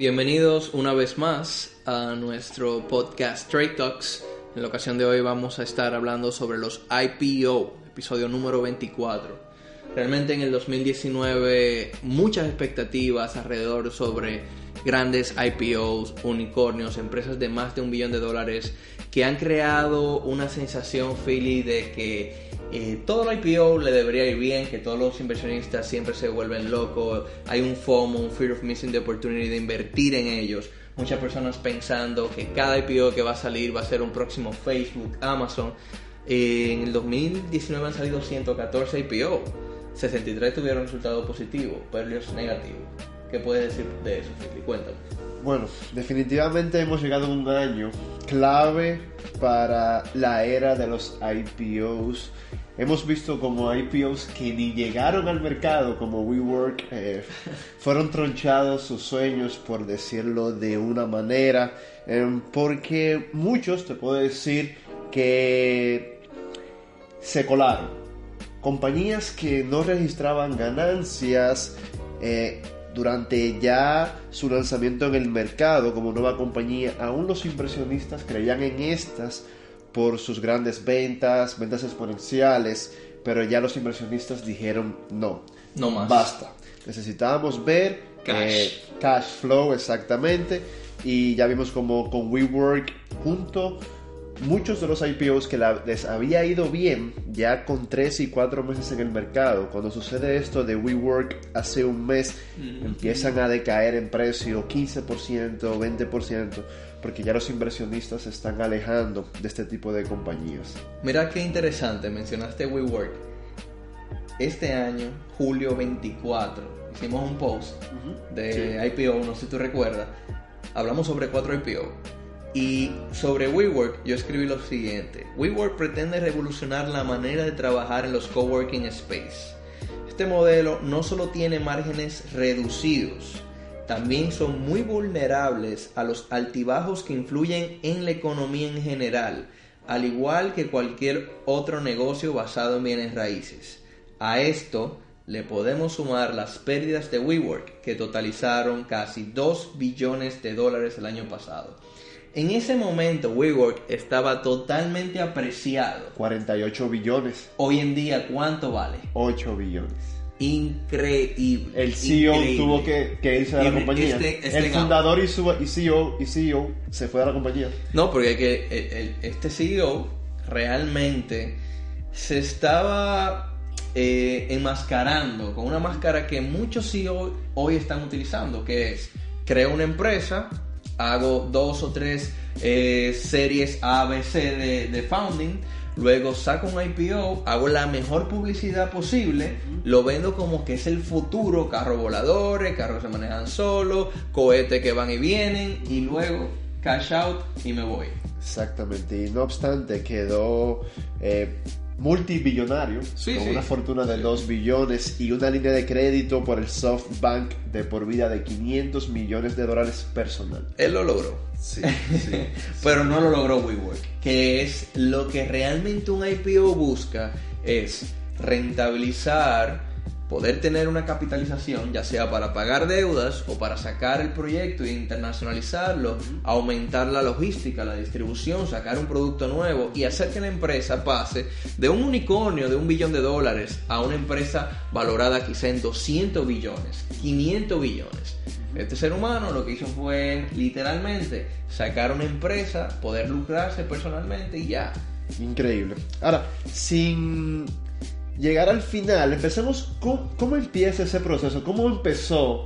Bienvenidos una vez más a nuestro podcast Trade Talks. En la ocasión de hoy vamos a estar hablando sobre los IPO, episodio número 24. Realmente en el 2019 muchas expectativas alrededor sobre grandes IPOs, unicornios, empresas de más de $1 billón que han creado una sensación, Philly, de que todo el IPO le debería ir bien, que todos los inversionistas siempre se vuelven locos, hay un FOMO, un Fear of Missing the Opportunity de invertir en ellos. Muchas personas pensando que cada IPO que va a salir va a ser un próximo Facebook, Amazon. En el 2019 han salido 114 IPO, 63 tuvieron resultados positivos, perdidos negativos. ¿Qué puedes decir de eso, Philly? Cuéntame. Bueno, definitivamente hemos llegado a un año clave para la era de los IPOs. Hemos visto como IPOs que ni llegaron al mercado, como WeWork, fueron tronchados sus sueños, por decirlo de una manera, porque muchos, te puedo decir, que se colaron. Compañías que no registraban ganancias durante ya su lanzamiento en el mercado como nueva compañía, aún los inversionistas creían en estas por sus grandes ventas exponenciales, Pero ya los inversionistas dijeron no más, basta, necesitábamos ver cash flow, exactamente. Y ya vimos como con WeWork, muchos de los IPOs que les había ido bien ya con 3 y 4 meses en el mercado. Cuando sucede esto de WeWork hace un mes, empiezan a decaer en precio 15%, 20%, porque ya los inversionistas se están alejando de este tipo de compañías. Mira qué interesante, mencionaste WeWork. Este año, julio 24, hicimos un post de IPO, no sé si tú recuerdas. Hablamos sobre 4 IPO. Y sobre WeWork yo escribí lo siguiente: WeWork pretende revolucionar la manera de trabajar en los coworking space. Este modelo no solo tiene márgenes reducidos, también son muy vulnerables a los altibajos que influyen en la economía en general, al igual que cualquier otro negocio basado en bienes raíces. A esto le podemos sumar las pérdidas de WeWork, que totalizaron casi $2 billones el año pasado. En ese momento WeWork estaba totalmente apreciado. 48 billones. Hoy en día, ¿cuánto vale? 8 billones. Increíble. El CEO tuvo que irse de la compañía. El fundador y CEO se fue de la compañía. No, porque este CEO realmente se estaba enmascarando con una máscara que muchos CEO hoy están utilizando, que es: creo una empresa, hago 2 o 3 series A, B, C de founding, luego saco un IPO, hago la mejor publicidad posible, lo vendo como que es el futuro, carros voladores, carros que se manejan solos, cohetes que van y vienen, y luego cash out y me voy. Exactamente, y no obstante quedó multibillonario, con una fortuna de 2 billones y una línea de crédito por el SoftBank de por vida de $500 millones personal. Él lo logró. Sí. Pero no lo logró WeWork, que es lo que realmente un IPO busca, es rentabilizar, poder tener una capitalización, ya sea para pagar deudas o para sacar el proyecto e internacionalizarlo, aumentar la logística, la distribución, sacar un producto nuevo y hacer que la empresa pase de un unicornio de $1 billón a una empresa valorada quizá en 200 billones, 500 billones. Este ser humano lo que hizo fue literalmente sacar una empresa, poder lucrarse personalmente y ya. Increíble. Ahora, sin llegar al final, empecemos. ¿Cómo empieza ese proceso? ¿Cómo empezó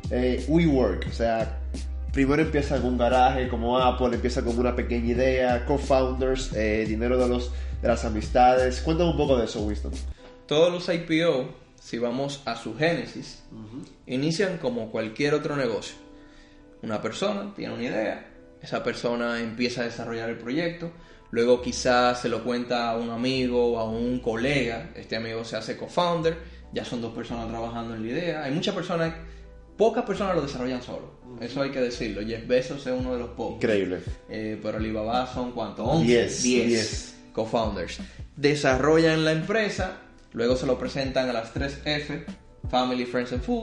WeWork? O sea, primero empieza en un garaje como Apple, empieza con una pequeña idea, co-founders, dinero de las amistades. Cuéntame un poco de eso, Winston. Todos los IPO, si vamos a su génesis, inician como cualquier otro negocio. Una persona tiene una idea, esa persona empieza a desarrollar el proyecto, luego quizás se lo cuenta a un amigo o a un colega, este amigo se hace co-founder, ya son 2 personas trabajando en la idea. Hay muchas personas, pocas personas lo desarrollan solo, eso hay que decirlo. Jeff Bezos es uno de los pocos. Increíble. Pero Alibaba son ¿cuánto? 11, 10 co-founders. Desarrollan la empresa, luego se lo presentan a las 3 F, Family, Friends and Fools,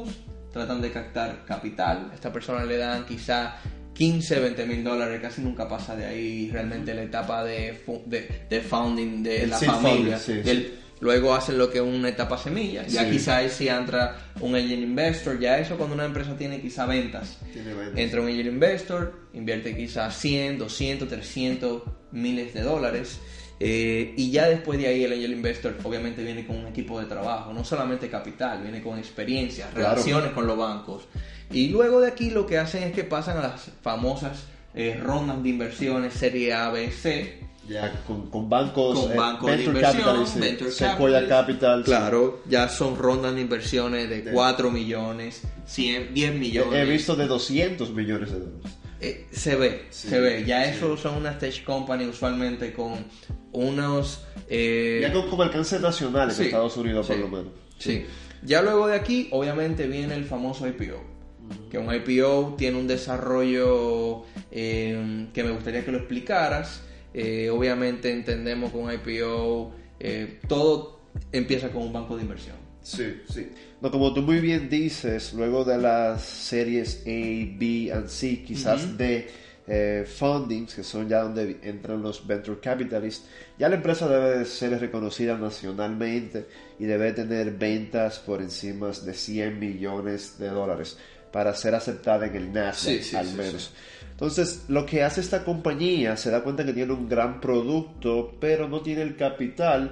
tratan de captar capital. A esta persona le dan quizá $15-20,000, casi nunca pasa de ahí realmente la etapa de founding de la familia. Luego hacen lo que es una etapa semilla. Ya quizá ahí sí entra un angel investor. Ya eso cuando una empresa tiene quizá ventas. Entra un angel investor, invierte quizá 100, 200, 300 miles de dólares. Y ya después de ahí el angel investor obviamente viene con un equipo de trabajo. No solamente capital, viene con experiencia, relaciones con los bancos. Y luego de aquí lo que hacen es que pasan a las famosas rondas de inversiones serie A, B, C. Ya con bancos, de inversión, Sequoia Capital. Claro, ya son rondas de inversiones de 4 millones, 10 millones. He visto de 200 millones de dólares. Se ve. Ya eso son unas tech company usualmente con unos... ya con alcance nacional en Estados Unidos por lo menos. Sí. Ya luego de aquí, obviamente, viene el famoso IPO. Que un IPO tiene un desarrollo que me gustaría que lo explicaras. Obviamente entendemos que un IPO todo empieza con un banco de inversión. Sí. No, como tú muy bien dices, luego de las series A, B and C, quizás de fundings, que son ya donde entran los venture capitalists, ya la empresa debe ser reconocida nacionalmente y debe tener ventas por encima de $100 millones para ser aceptada en el Nasdaq, al menos. Entonces, lo que hace esta compañía, se da cuenta que tiene un gran producto, pero no tiene el capital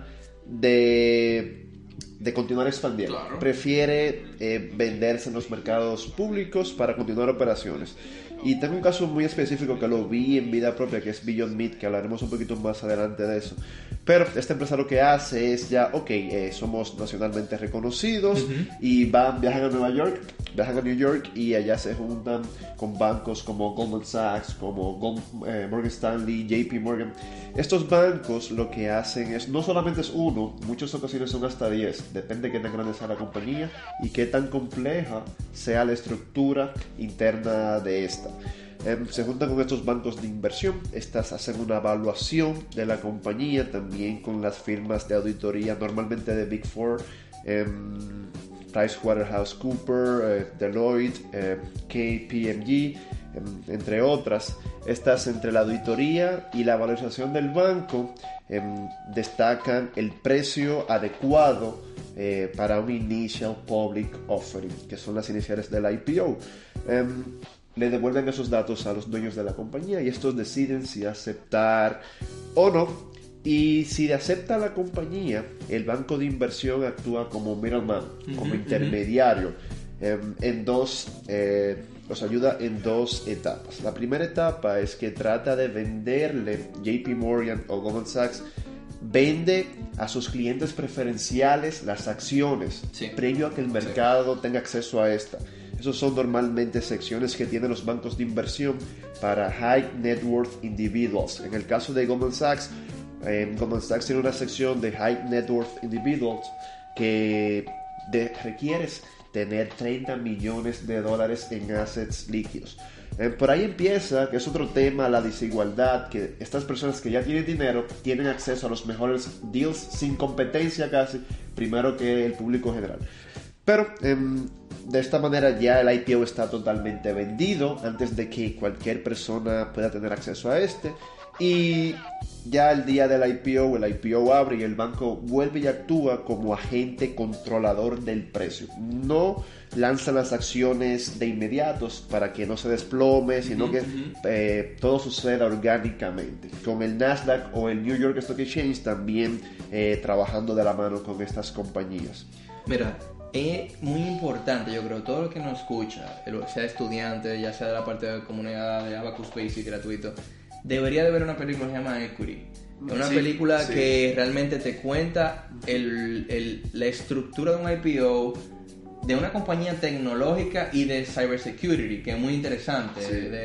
de continuar expandiendo. Claro. Prefiere venderse en los mercados públicos para continuar operaciones. Y tengo un caso muy específico que lo vi en vida propia, que es Beyond Meat, que hablaremos un poquito más adelante de eso. Pero esta empresa lo que hace es ya, somos nacionalmente reconocidos y viajan a New York y allá se juntan con bancos como Goldman Sachs, como Morgan Stanley, JP Morgan. Estos bancos lo que hacen es, no solamente es uno, muchas ocasiones son hasta 10, depende de qué tan grande sea la compañía y qué tan compleja sea la estructura interna de esta. Se juntan con estos bancos de inversión, estas hacen una evaluación de la compañía, también con las firmas de auditoría, normalmente de Big Four, PricewaterhouseCoopers, Deloitte, KPMG, entre otras. Estas, entre la auditoría y la valorización del banco, destacan el precio adecuado para un Initial Public Offering, que son las iniciales del IPO. Le devuelven esos datos a los dueños de la compañía y estos deciden si aceptar o no. Y si acepta la compañía, el banco de inversión actúa como middleman, como intermediario, los ayuda en 2 etapas. La primera etapa es que trata de venderle, JP Morgan o Goldman Sachs vende a sus clientes preferenciales las acciones, previo a que el mercado tenga acceso a esta. Esos son normalmente secciones que tienen los bancos de inversión para high net worth individuals. En el caso de Goldman Sachs tiene una sección de high net worth individuals que requieres tener $30 millones en assets líquidos. Por ahí empieza, que es otro tema, la desigualdad, que estas personas que ya tienen dinero tienen acceso a los mejores deals sin competencia casi, primero que el público general. Pero de esta manera ya el IPO está totalmente vendido antes de que cualquier persona pueda tener acceso a este. Y ya el día del IPO, el IPO abre y el banco vuelve y actúa como agente controlador del precio. No lanza las acciones de inmediatos para que no se desplome, sino que todo suceda orgánicamente. Con el Nasdaq o el New York Stock Exchange también trabajando de la mano con estas compañías. Mira, es muy importante, yo creo, todo lo que nos escucha, sea estudiante, ya sea de la parte de comunidad de Abacus Basic gratuito, debería de ver una película que se llama Equity. Es una película que realmente te cuenta la estructura de un IPO, de una compañía tecnológica y de cybersecurity, que es muy interesante.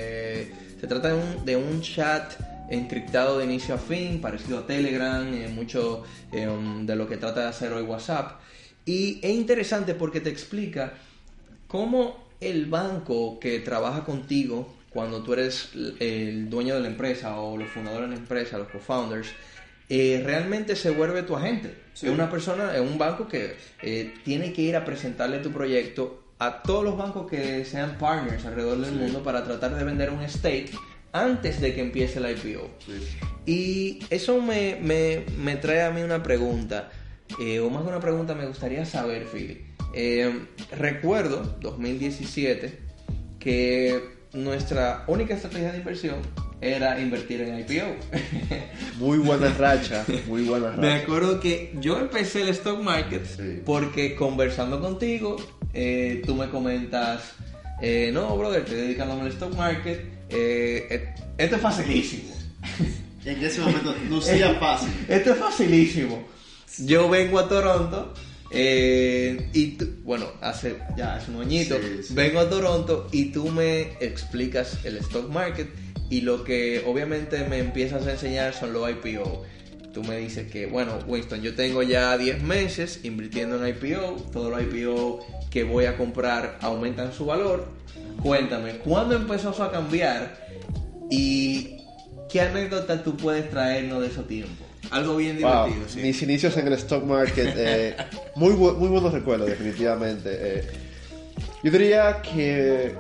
Se trata de un chat encriptado de inicio a fin, parecido a Telegram, mucho de lo que trata de hacer hoy WhatsApp. Y es interesante porque te explica cómo el banco que trabaja contigo cuando tú eres el dueño de la empresa o los fundadores de la empresa, los co-founders, realmente se vuelve tu agente. Es una persona, es un banco que tiene que ir a presentarle tu proyecto a todos los bancos que sean partners alrededor del mundo para tratar de vender un stake antes de que empiece el IPO. Sí. Y eso me trae a mí una pregunta, o más que una pregunta me gustaría saber, Philly. Recuerdo 2017 que nuestra única estrategia de inversión era invertir en IPO. Muy buena racha. Me acuerdo que yo empecé el stock market porque conversando contigo, tú me comentas, no, brother, te dedicándome al stock market, esto es facilísimo. En ese momento lucía fácil. Esto es facilísimo. Yo vengo a Toronto, y bueno, hace un añito, vengo a Toronto y tú me explicas el stock market y lo que obviamente me empiezas a enseñar son los IPO. Tú me dices que, bueno, Winston, yo tengo ya 10 meses invirtiendo en IPO, todos los IPO que voy a comprar aumentan su valor. Cuéntame, ¿cuándo empezó eso a cambiar? ¿Y qué anécdota tú puedes traernos de ese tiempo? Algo bien divertido, sí. Mis inicios en el stock market, muy buenos recuerdos, definitivamente. Yo diría que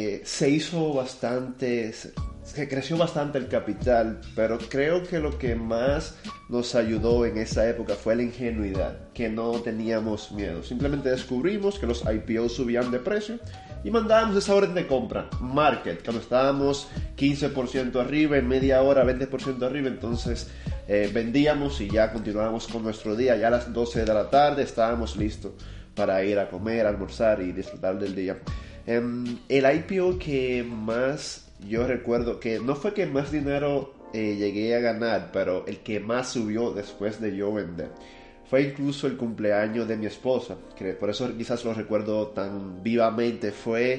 que creció bastante el capital, pero creo que lo que más nos ayudó en esa época fue la ingenuidad, que no teníamos miedo. Simplemente descubrimos que los IPOs subían de precio y mandábamos esa orden de compra, market, cuando estábamos 15% arriba, en media hora 20% arriba, entonces vendíamos y ya continuábamos con nuestro día. Ya a las 12 de la tarde estábamos listos para ir a comer, almorzar y disfrutar del día. El IPO que más yo recuerdo, que no fue que más dinero llegué a ganar, pero el que más subió después de yo vender, fue incluso el cumpleaños de mi esposa, que por eso quizás lo recuerdo tan vivamente. Fue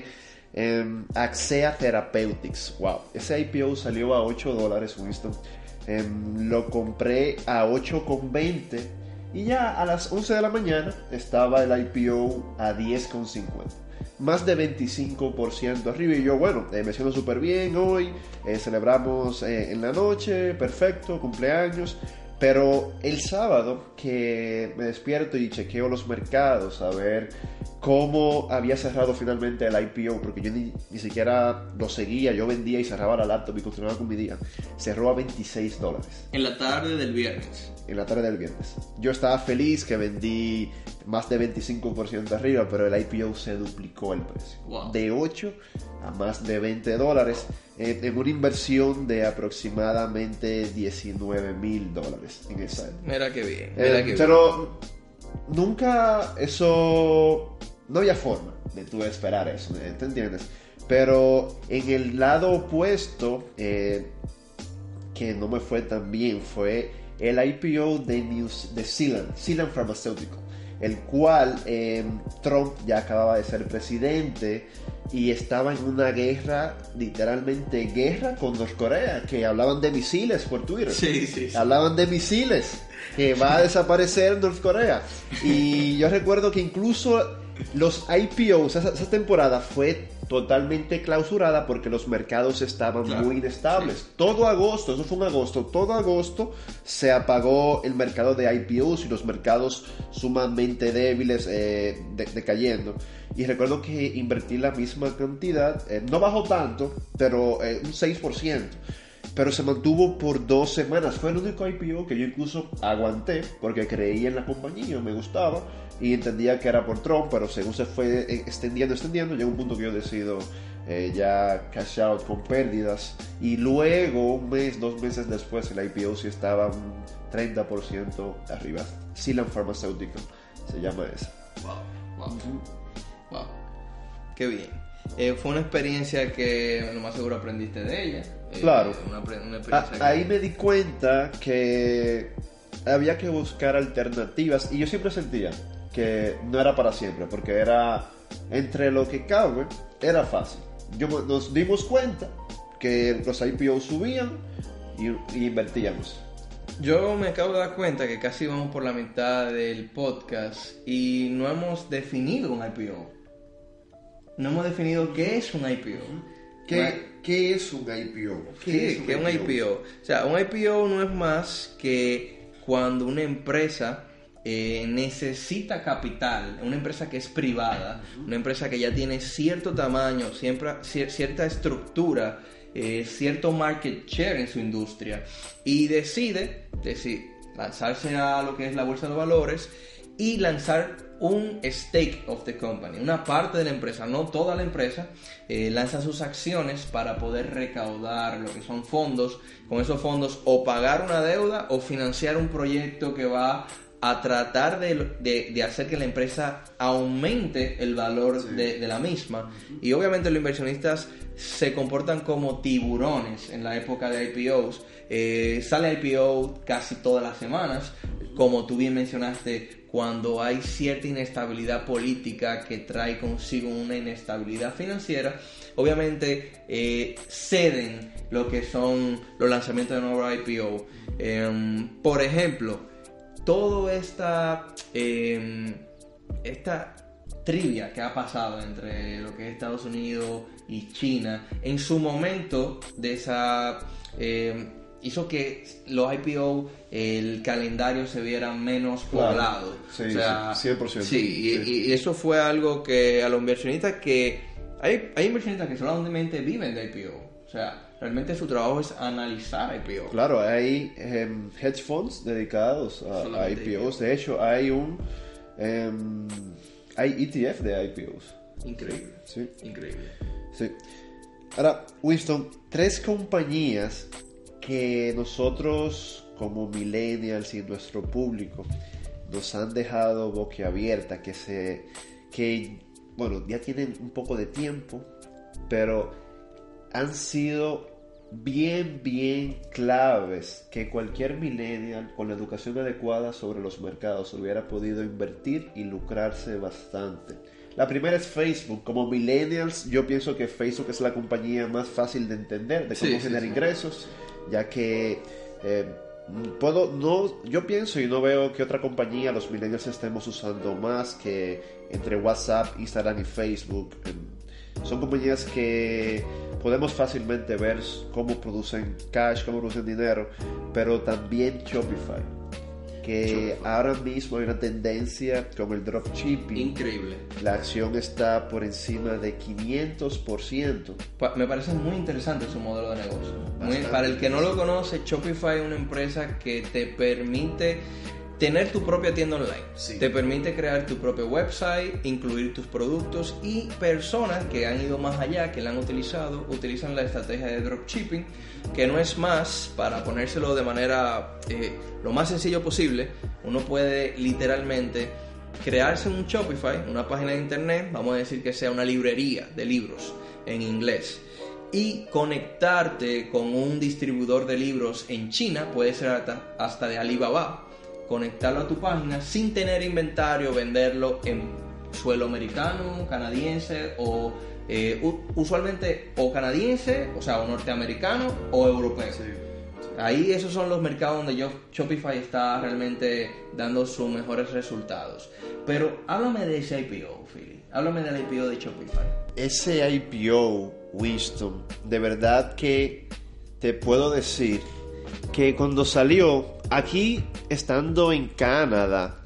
Axea Therapeutics. Wow, ese IPO salió a $8, Winston. Lo compré a 8,20 y ya a las 11 de la mañana estaba el IPO a 10,50. Más de 25% arriba. Y yo, bueno, me siento súper bien hoy, celebramos en la noche, perfecto, cumpleaños. Pero el sábado que me despierto y chequeo los mercados a ver cómo había cerrado finalmente el IPO, porque yo ni siquiera lo seguía, yo vendía y cerraba la laptop y continuaba con mi día. Cerró a $26. En la tarde del viernes. En la tarde del viernes. Yo estaba feliz que vendí más de 25% arriba, pero el IPO se duplicó el precio. Wow. De 8 a más de $20 en una inversión de aproximadamente $19,000 en esa época. Mira qué bien. Pero nunca eso... No había forma de tú esperar eso, ¿te entiendes? Pero en el lado opuesto, que no me fue tan bien, fue el IPO de Zealand Pharmaceutical, el cual Trump ya acababa de ser presidente y estaba en una guerra, literalmente guerra con Norcorea, que hablaban de misiles por Twitter. Sí. Hablaban de misiles, que va a desaparecer Norcorea. Y yo recuerdo que incluso los IPOs, esa temporada fue totalmente clausurada porque los mercados estaban muy inestables. Sí. Todo agosto, eso fue en agosto, todo agosto se apagó el mercado de IPOs y los mercados sumamente débiles, decayendo. Y recuerdo que invertí la misma cantidad, no bajó tanto, pero un 6%. Pero se mantuvo por 2 semanas. Fue el único IPO que yo incluso aguanté porque creía en la compañía, me gustaba y entendía que era por Trump, pero según se fue extendiendo, llegó un punto que yo decido ya cash out con pérdidas. Y luego, 2 meses después, el IPO sí estaba un 30% arriba. Zealand Pharmaceutical se llama esa. Wow. Qué bien. Fue una experiencia que lo más seguro aprendiste de ella. Claro. Una experiencia ahí me di cuenta que había que buscar alternativas y yo siempre sentía que no era para siempre, porque era entre lo que cabe, era fácil. Nos dimos cuenta que los IPO subían y invertíamos. Yo me acabo de dar cuenta que casi vamos por la mitad del podcast y no hemos definido un IPO. No hemos definido qué es un IPO. ¿Qué es un IPO? ¿Qué es un IPO? O sea, un IPO no es más que cuando una empresa necesita capital, una empresa que es privada, una empresa que ya tiene cierto tamaño, cierta estructura, cierto market share en su industria, y decide lanzarse a lo que es la bolsa de valores y lanzar un stake of the company, una parte de la empresa, no toda la empresa, lanza sus acciones para poder recaudar lo que son fondos. Con esos fondos o pagar una deuda o financiar un proyecto que va a tratar de hacer que la empresa aumente el valor de la misma. Y obviamente los inversionistas se comportan como tiburones en la época de IPOs. Sale IPO casi todas las semanas, como tú bien mencionaste, cuando hay cierta inestabilidad política que trae consigo una inestabilidad financiera. Obviamente ceden lo que son los lanzamientos de nuevo IPO. Por ejemplo, toda esta trivia que ha pasado entre lo que es Estados Unidos y China, en su momento hizo que los IPO, el calendario se viera menos poblado. Sí, o sea, 100%. Sí, y eso fue algo que a los inversionistas hay inversionistas que solamente viven de IPO. O sea, realmente su trabajo es analizar IPO. Claro, hay hedge funds dedicados a IPOs. De hecho, hay ETF de IPOs. Increíble. Sí. Increíble. Sí. Ahora, Winston, 3 compañías que nosotros como millennials y nuestro público nos han dejado boquiabierta, que ya tienen un poco de tiempo, pero han sido bien claves, que cualquier millennial con la educación adecuada sobre los mercados hubiera podido invertir y lucrarse bastante. La primera es Facebook. Como millennials, yo pienso que Facebook es la compañía más fácil de entender, de cómo generar ingresos, ya que yo pienso y no veo que otra compañía los millennials estemos usando más que entre WhatsApp, Instagram y Facebook. Son compañías que podemos fácilmente ver cómo producen cash, cómo producen dinero, pero también Shopify, que ahora mismo hay una tendencia con el dropshipping. Increíble. La acción está por encima de 500%. Me parece muy interesante su modelo de negocio. Para el que no lo conoce, Shopify es una empresa que te permite tener tu propia tienda online. Sí. Te permite crear tu propio website, incluir tus productos, y personas que han ido más allá, que la han utilizan la estrategia de dropshipping, que no es más, para ponérselo de manera lo más sencillo posible. Uno puede literalmente crearse un Shopify, una página de internet, vamos a decir que sea una librería de libros en inglés, y conectarte con un distribuidor de libros en China, puede ser hasta de Alibaba, conectarlo a tu página sin tener inventario, venderlo en suelo americano, canadiense o usualmente o canadiense, o sea, o norteamericano o europeo. Sí. Ahí esos son los mercados donde Shopify está realmente dando sus mejores resultados. Pero háblame de ese IPO, Philly. Háblame del IPO de Shopify. Ese IPO, Winston, de verdad que te puedo decir que cuando salió, aquí estando en Canadá,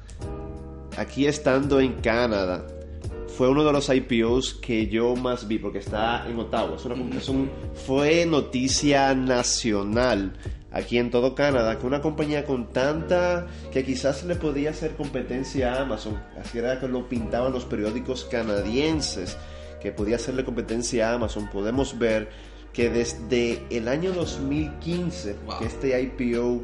fue uno de los IPOs que yo más vi, porque está en Ottawa. Fue noticia nacional aquí en todo Canadá, que una compañía con tanta, que quizás le podía hacer competencia a Amazon, así era que lo pintaban los periódicos canadienses, que podía hacerle competencia a Amazon. Podemos ver que desde el año 2015, que este IPO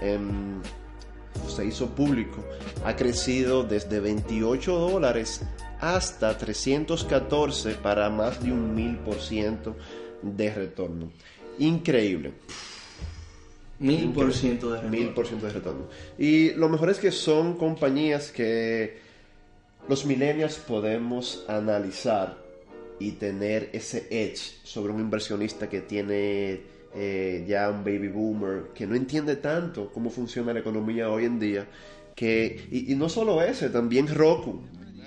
se hizo público, ha crecido desde $28 hasta $314 para más de un 1000% de retorno. Increíble. 1000% de retorno. 1000% de retorno. Y lo mejor es que son compañías que los millennials podemos analizar y tener ese edge sobre un inversionista que tiene ya un baby boomer, que no entiende tanto cómo funciona la economía hoy en día, y no solo ese, también Roku.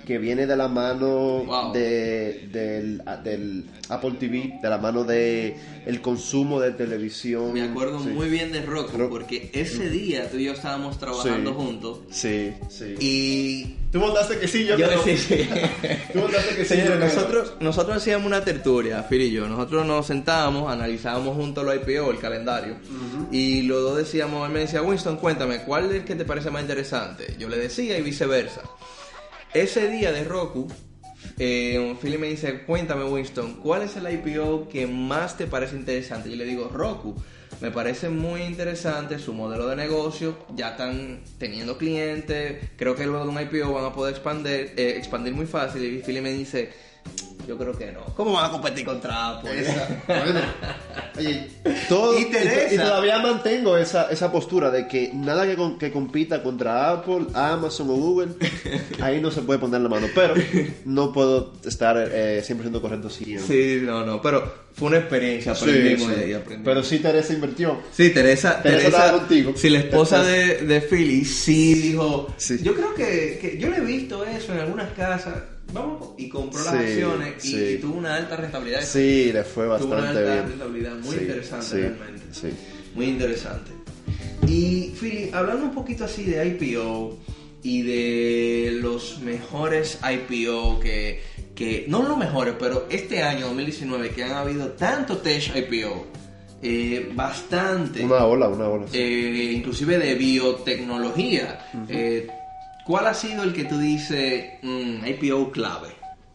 que viene de la mano Wow. del Apple TV, de la mano de el consumo de televisión. Me acuerdo Sí. muy bien de Roku, Ro- porque ese día tú y yo estábamos trabajando Sí. juntos. Sí. Y Tú votaste que sí, yo yo que no. sí. Tú votaste que sí, Señores, yo que no. nosotros hacíamos una tertulia, Phil y yo. Nosotros nos sentábamos, analizábamos juntos los IPO, el calendario, y los dos decíamos, él me decía, Winston, cuéntame, ¿cuál es el que te parece más interesante? Yo le decía y viceversa. Ese día de Roku, Philly me dice, cuéntame, Winston, ¿cuál es el IPO que más te parece interesante? Y le digo, Roku. Me parece muy interesante su modelo de negocio, ya están teniendo clientes, creo que luego de un IPO van a poder expandir muy fácil. Y Philly me dice, yo creo que no. ¿Cómo van a competir contra Apple? Bueno, oye, todo, Y Teresa. y todavía mantengo esa postura de que nada que compita contra Apple, Amazon o Google, ahí no se puede poner la mano. Pero no puedo estar 100% correcto siempre. Sí, no, pero fue una experiencia, aprendimos Sí, sí. y aprendimos. Pero sí, Teresa invirtió. Sí, Teresa estaba contigo. sí, la esposa de Philly, sí dijo, Sí. yo creo que yo le he visto eso en algunas casas, vamos, y compró las Sí, acciones y, sí. y tuvo una alta rentabilidad. Sí, le fue Tuvo una bastante alta bien. rentabilidad, muy Sí, interesante sí, realmente. sí. Muy interesante. Y Philly, hablando un poquito así de IPO y de los mejores IPO que no los mejores, pero este año 2019 que han habido tanto tech IPO, bastante, Una ola. Sí. inclusive de biotecnología. ¿Cuál ha sido el que tú dices IPO clave?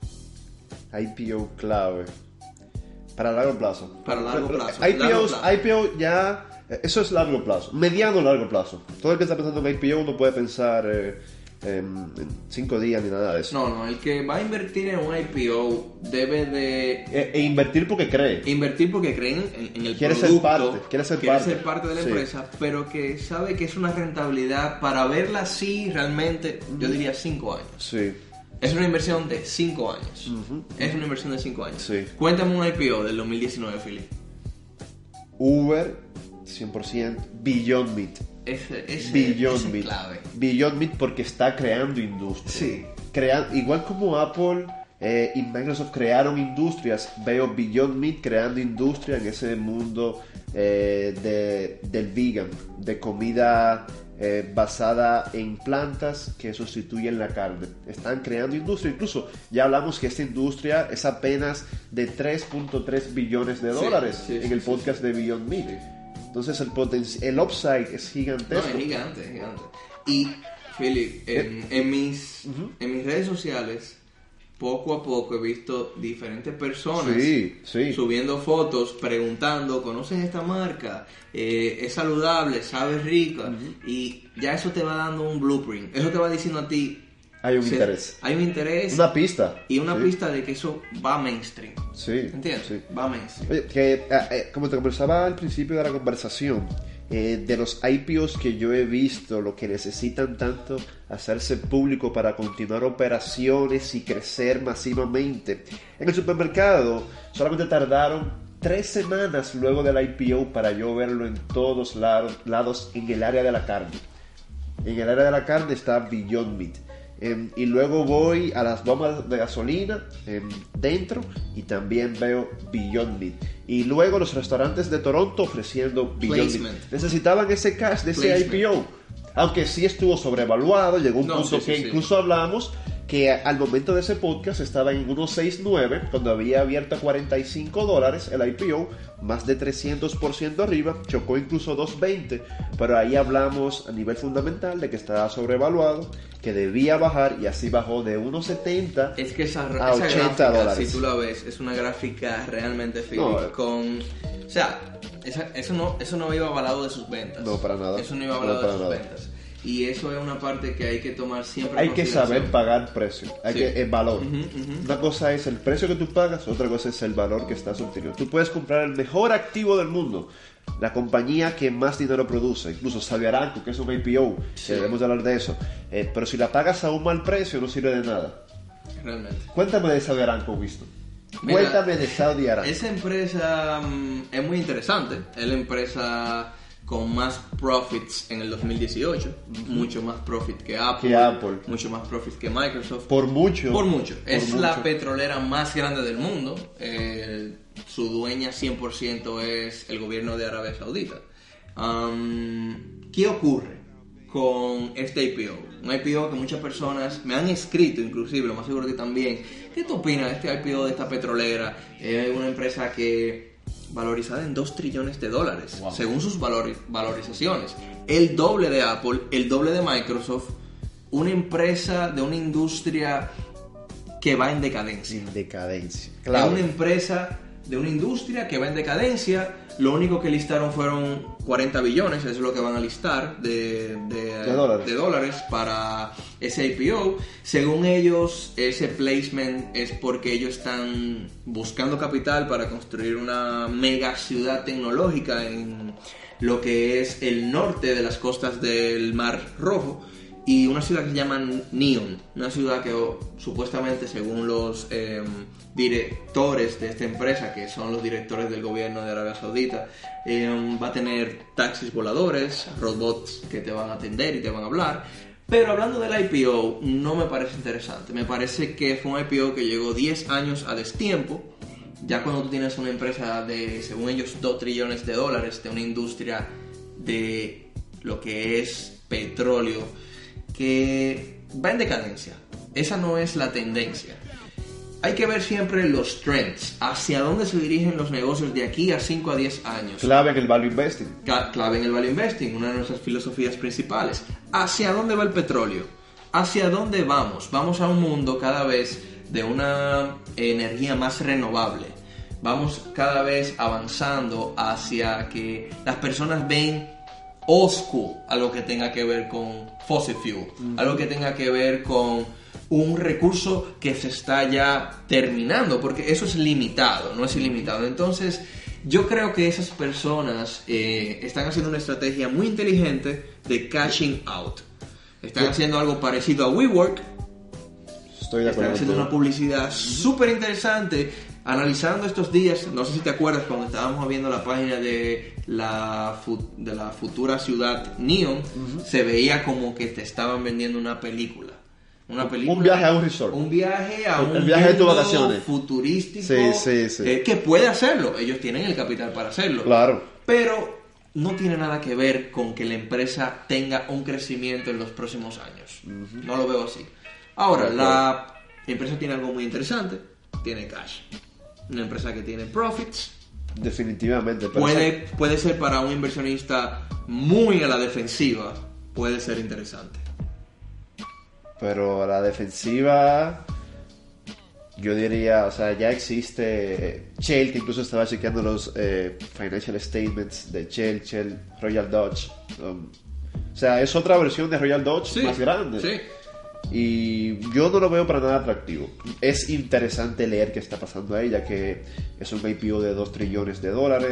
IPO clave. Para largo plazo. Para largo plazo. IPOs, Largo plazo. IPO ya... Eso es largo plazo. Mediano largo plazo. Todo el que está pensando en IPO no puede pensar en 5 días ni nada de eso. No, el que va a invertir en un IPO debe de E invertir porque cree. invertir porque creen en el Quiere ser producto, parte, quiere ser parte. de la Sí. empresa, pero que sabe que es una rentabilidad para verla así realmente, yo diría 5 años. Sí. Es una inversión de 5 años. Es una inversión de 5 años. Sí. Cuéntame un IPO del 2019, Philly. Uber, 100%. Beyond Meat. Ese Beyond es Meat. clave. Beyond Meat porque está creando industria. Sí. Igual como Apple y Microsoft crearon industrias, veo Beyond Meat creando industria en ese mundo del vegan, de comida basada en plantas que sustituyen la carne. Están creando industria. Incluso ya hablamos que esta industria es apenas de 3.3 billones de dólares en el podcast de Beyond Meat. Entonces el upside es No, gigantesco. es gigante, es gigante. Y, Philip, en mis redes sociales, poco a poco he visto diferentes personas Sí. subiendo fotos, preguntando, ¿conocen esta marca? ¿Es saludable? ¿Sabe rica? Y ya eso te va dando un blueprint. Eso te va diciendo a ti... Hay un interés. Hay un interés Una pista. y una Sí. pista de que eso va mainstream. Sí. ¿Entiendes? Sí. Va mainstream. Oye, que como te conversaba al principio de la conversación, de los IPOs que yo he visto, lo que necesitan tanto hacerse público para continuar operaciones y crecer masivamente. En el supermercado solamente tardaron 3 semanas luego del IPO para yo verlo en todos lados en el área de la carne. En el área de la carne está Beyond Meat. Y luego voy a las bombas de gasolina dentro y también veo Beyond Meat. Y luego los restaurantes de Toronto ofreciendo Beyond Placement. Meat. Necesitaban ese cash de ese Placement. IPO. Aunque sí estuvo sobrevaluado, llegó un No, punto sí, que sí, sí. incluso hablamos que al momento de ese podcast estaba en 1.69 cuando había abierto a $45 el IPO, más de 300% arriba, chocó incluso 2.20, pero ahí hablamos a nivel fundamental de que estaba sobrevaluado, que debía bajar y así bajó de 1.70 Es que esa a $80. gráfica, si tú la ves, es una gráfica realmente Philip, No, con... O sea, eso no iba avalado de sus ventas. No, para nada. Eso no iba No, avalado para de sus nada. ventas. Y eso es una parte que hay que tomar siempre en Hay que consideración. saber pagar precio, hay Sí. que el valor. Ujú, ujú. Una cosa es el precio que tú pagas, otra cosa es el valor que estás obteniendo. Tú puedes comprar el mejor activo del mundo, la compañía que más dinero produce, incluso Saudi Aramco, que es un IPO, Sí. debemos de hablar de eso. Pero si la pagas a un mal precio no sirve de nada. Realmente. Cuéntame de Saudi Aramco, Winston. Mira, Cuéntame de Saudi Aramco. Esa empresa es muy interesante. Es la empresa con más profits en el 2018, mucho más profit que Apple, mucho más profit que Microsoft. Por mucho. Es la petrolera más grande del mundo. Su dueña 100% es el gobierno de Arabia Saudita. ¿Qué ocurre con este IPO? Un IPO que muchas personas me han escrito, inclusive, lo más seguro que también. ¿Qué tú opinas de este IPO de esta petrolera? Es una empresa que valorizada en $2 trillones, wow, según sus valorizaciones. El doble de Apple, el doble de Microsoft. Una empresa de una industria que va en decadencia. Claro. Es una empresa de una industria que va en decadencia. Lo único que listaron fueron 40 billones, eso es lo que van a listar de dólares para ese IPO. Según ellos, ese placement es porque ellos están buscando capital para construir una mega ciudad tecnológica en lo que es el norte de las costas del Mar Rojo. Y una ciudad que se llama Neom, una ciudad que supuestamente, según los directores de esta empresa, que son los directores del gobierno de Arabia Saudita, va a tener taxis voladores, robots que te van a atender y te van a hablar. Pero hablando del IPO, no me parece interesante. Me parece que fue un IPO que llegó 10 años a destiempo. Ya cuando tú tienes una empresa de, según ellos, $2 trillones, de una industria de lo que es petróleo, que va en decadencia. Esa no es la tendencia. Hay que ver siempre los trends, hacia dónde se dirigen los negocios de aquí a 5 a 10 años. Clave en el value investing. Clave en el value investing, una de nuestras filosofías principales. ¿Hacia dónde va el petróleo? ¿Hacia dónde vamos? Vamos a un mundo cada vez de una energía más renovable. Vamos cada vez avanzando hacia que las personas ven old school, algo que tenga que ver con fossil fuel, algo que tenga que ver con un recurso que se está ya terminando, porque eso es limitado, no es ilimitado. Entonces, yo creo que esas personas están haciendo una estrategia muy inteligente de cashing out. Están haciendo algo parecido a WeWork. Estoy de acuerdo. Están haciendo una publicidad súper interesante. Analizando estos días, no sé si te acuerdas cuando estábamos viendo la página de la futura ciudad Neom, se veía como que te estaban vendiendo una película. Un viaje a un resort. Un viaje a un viaje de tus vacaciones. Futurístico. Sí. Que puede hacerlo. Ellos tienen el capital para hacerlo. Claro. Pero no tiene nada que ver con que la empresa tenga un crecimiento en los próximos años. No lo veo así. Ahora, la empresa tiene algo muy interesante. Tiene cash. Una empresa que tiene profits. Definitivamente. Puede ser para un inversionista muy a la defensiva. Puede ser interesante. Pero a la defensiva, yo diría, o sea, ya existe Shell, que incluso estaba chequeando los financial statements de Shell Royal Dutch. O sea, es otra versión de Royal Dutch más grande. Sí. Y yo no lo veo para nada atractivo. Es interesante leer qué está pasando ahí, ya que es un IPO de $2 trillones.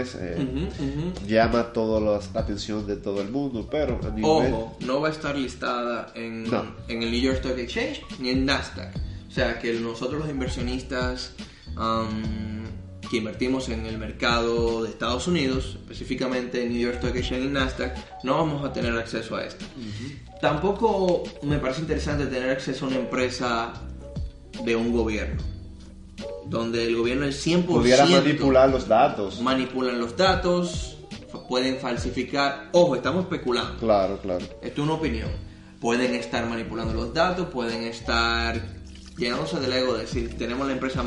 Llama toda la atención de todo el mundo, pero a nivel... Ojo, no va a estar listada en el New York Stock Exchange ni en Nasdaq. O sea que nosotros los inversionistas que invertimos en el mercado de Estados Unidos, específicamente en New York Stock Exchange y Nasdaq, no vamos a tener acceso a esto. Tampoco me parece interesante tener acceso a una empresa de un gobierno, donde el gobierno el 100% pudiera manipular los datos. Manipulan los datos, pueden falsificar. Ojo, estamos especulando. Claro. Esto es una opinión. Pueden estar manipulando los datos, pueden estar llenándose del ego de decir, tenemos la empresa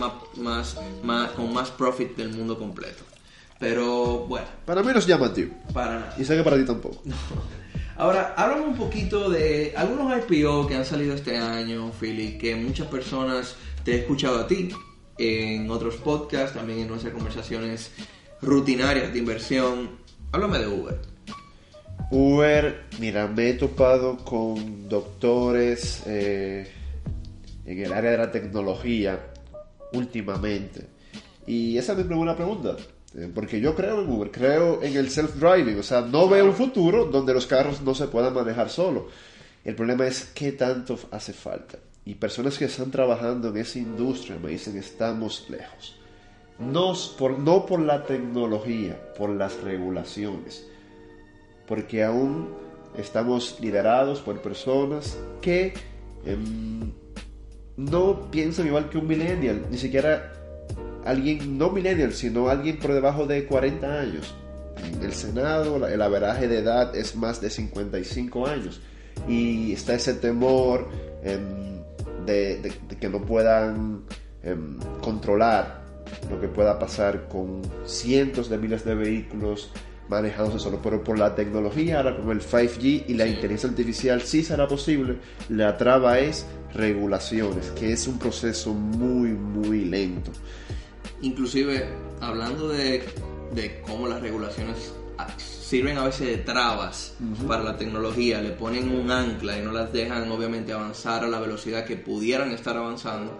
con más profit del mundo completo. Pero bueno. Para mí no es llamativo. Para nada. Y sé que para ti tampoco. Ahora, háblame un poquito de algunos IPO que han salido este año, Philly, que muchas personas te he escuchado a ti en otros podcasts, también en nuestras conversaciones rutinarias de inversión. Háblame de Uber. Uber, mira, me he topado con doctores en el área de la tecnología últimamente. Y esa es mi primera pregunta. Porque yo creo en Uber, creo en el self-driving, o sea, no veo un futuro donde los carros no se puedan manejar solo. El problema es qué tanto hace falta. Y personas que están trabajando en esa industria me dicen, estamos lejos. No por la tecnología, por las regulaciones. porque aún estamos liderados por personas que no piensan igual que un millennial, ni siquiera alguien no millennial, sino alguien por debajo de 40 años. En el Senado el averaje de edad es más de 55 años y está ese temor de que no puedan controlar lo que pueda pasar con cientos de miles de vehículos manejándose solo, pero por la tecnología, ahora con el 5G y la inteligencia artificial sí será posible. La traba es regulaciones, que es un proceso muy, muy lento. Inclusive, hablando de cómo las regulaciones sirven a veces de trabas para la tecnología, le ponen un ancla y no las dejan obviamente avanzar a la velocidad que pudieran estar avanzando.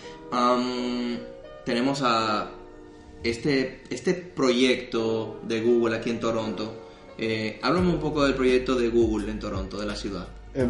Tenemos a este proyecto de Google aquí en Toronto. Háblame un poco del proyecto de Google en Toronto, de la ciudad.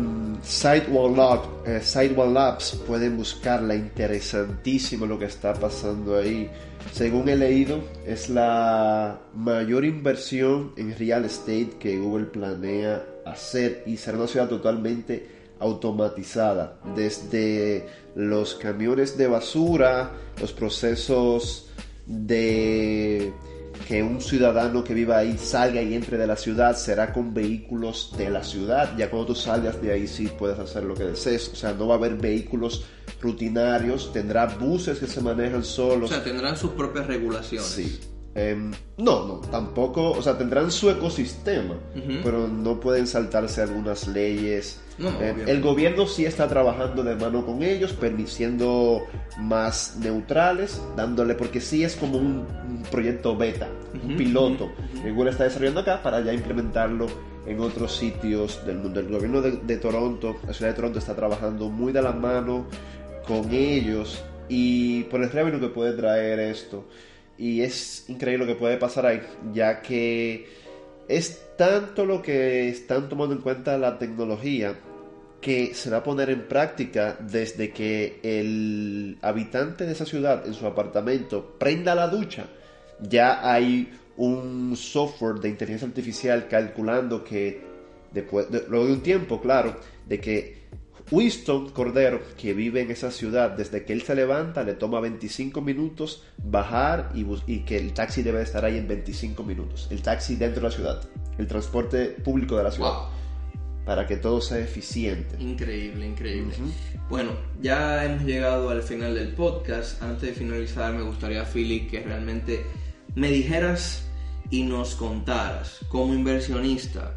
Sidewall Labs, pueden buscarla, interesantísimo lo que está pasando ahí. Según he leído, es la mayor inversión en real estate que Google planea hacer y será una ciudad totalmente automatizada, desde los camiones de basura, los procesos de que un ciudadano que viva ahí salga y entre de la ciudad será con vehículos de la ciudad. Ya cuando tú salgas de ahí sí puedes hacer lo que desees, o sea, no va a haber vehículos rutinarios, tendrá buses que se manejan solos, o sea, tendrán sus propias regulaciones. Sí. No, tampoco, o sea, tendrán su ecosistema, pero no pueden saltarse algunas leyes. El gobierno sí está trabajando de mano con ellos, permitiendo más neutrales, dándole, porque sí es como un proyecto beta, un piloto que Google está desarrollando acá para ya implementarlo en otros sitios del mundo. El gobierno de Toronto, la ciudad de Toronto, está trabajando muy de la mano con ellos y por el revenue que puede traer esto. Y es increíble lo que puede pasar ahí, ya que es tanto lo que están tomando en cuenta la tecnología que se va a poner en práctica desde que el habitante de esa ciudad en su apartamento prenda la ducha. Ya hay un software de inteligencia artificial calculando que luego de un tiempo, claro, de que Winston Cordero, que vive en esa ciudad, desde que él se levanta le toma 25 minutos bajar y que el taxi debe estar ahí en 25 minutos. El taxi dentro de la ciudad, el transporte público de la ciudad. Wow. Para que todo sea eficiente. Increíble. Bueno, ya hemos llegado al final del podcast. Antes de finalizar, me gustaría, Philip, que realmente me dijeras y nos contaras como inversionistas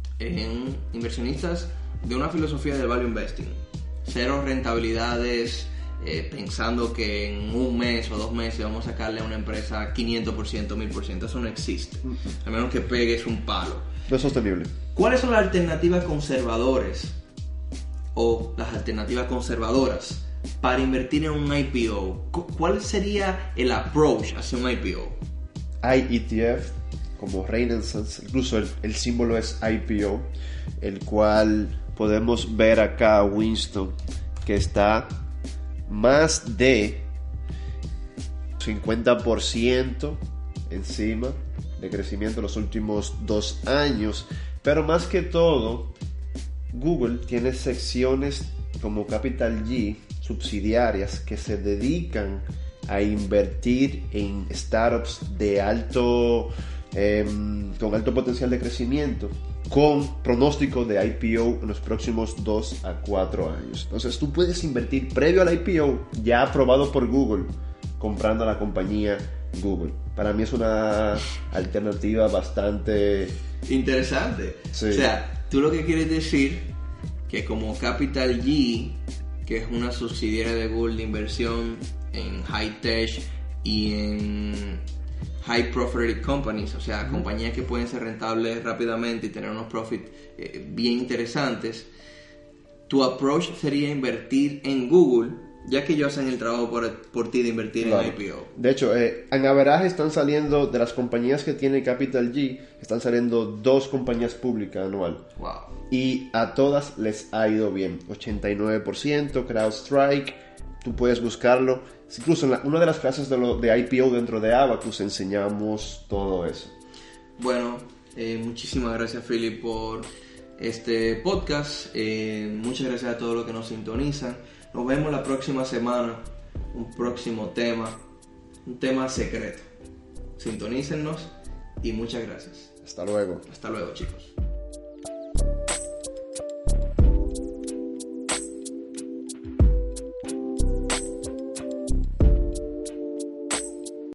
de una filosofía del value investing, cero rentabilidades, pensando que en un mes o 2 meses vamos a sacarle a una empresa 500%, 1000%, eso no existe, a menos que pegues un palo. No es sostenible. ¿Cuáles son las alternativas conservadoras o las alternativas conservadoras para invertir en un IPO? ¿Cuál sería el approach hacia un IPO? Hay ETF como Renaissance, incluso el símbolo es IPO, el cual podemos ver acá a Winston, que está más de 50% encima de crecimiento en los últimos 2 años. Pero más que todo, Google tiene secciones como Capital G, subsidiarias, que se dedican a invertir en startups de con alto potencial de crecimiento, con pronóstico de IPO en los próximos 2 a 4 años. Entonces tú puedes invertir previo al IPO, ya aprobado por Google, comprando a la compañía Google. Para mí es una alternativa bastante interesante. Sí. O sea, tú lo que quieres decir que como Capital G, que es una subsidiaria de Google de inversión en high tech y en high profit companies, o sea, compañías que pueden ser rentables rápidamente y tener unos profits bien interesantes, tu approach sería invertir en Google, ya que ellos hacen el trabajo por ti de invertir en IPO. De hecho, en average están saliendo, de las compañías que tiene Capital G, están saliendo 2 compañías públicas anual. Wow. Y a todas les ha ido bien. 89%, CrowdStrike, tú puedes buscarlo. Incluso en una de las clases de IPO dentro de Abacus enseñamos todo eso. Bueno, Muchísimas gracias, Philip, por este podcast. Muchas gracias a todos los que nos sintonizan. Nos vemos la próxima semana. Un próximo tema. Un tema secreto. Sintonícennos y muchas gracias. Hasta luego. Hasta luego, chicos.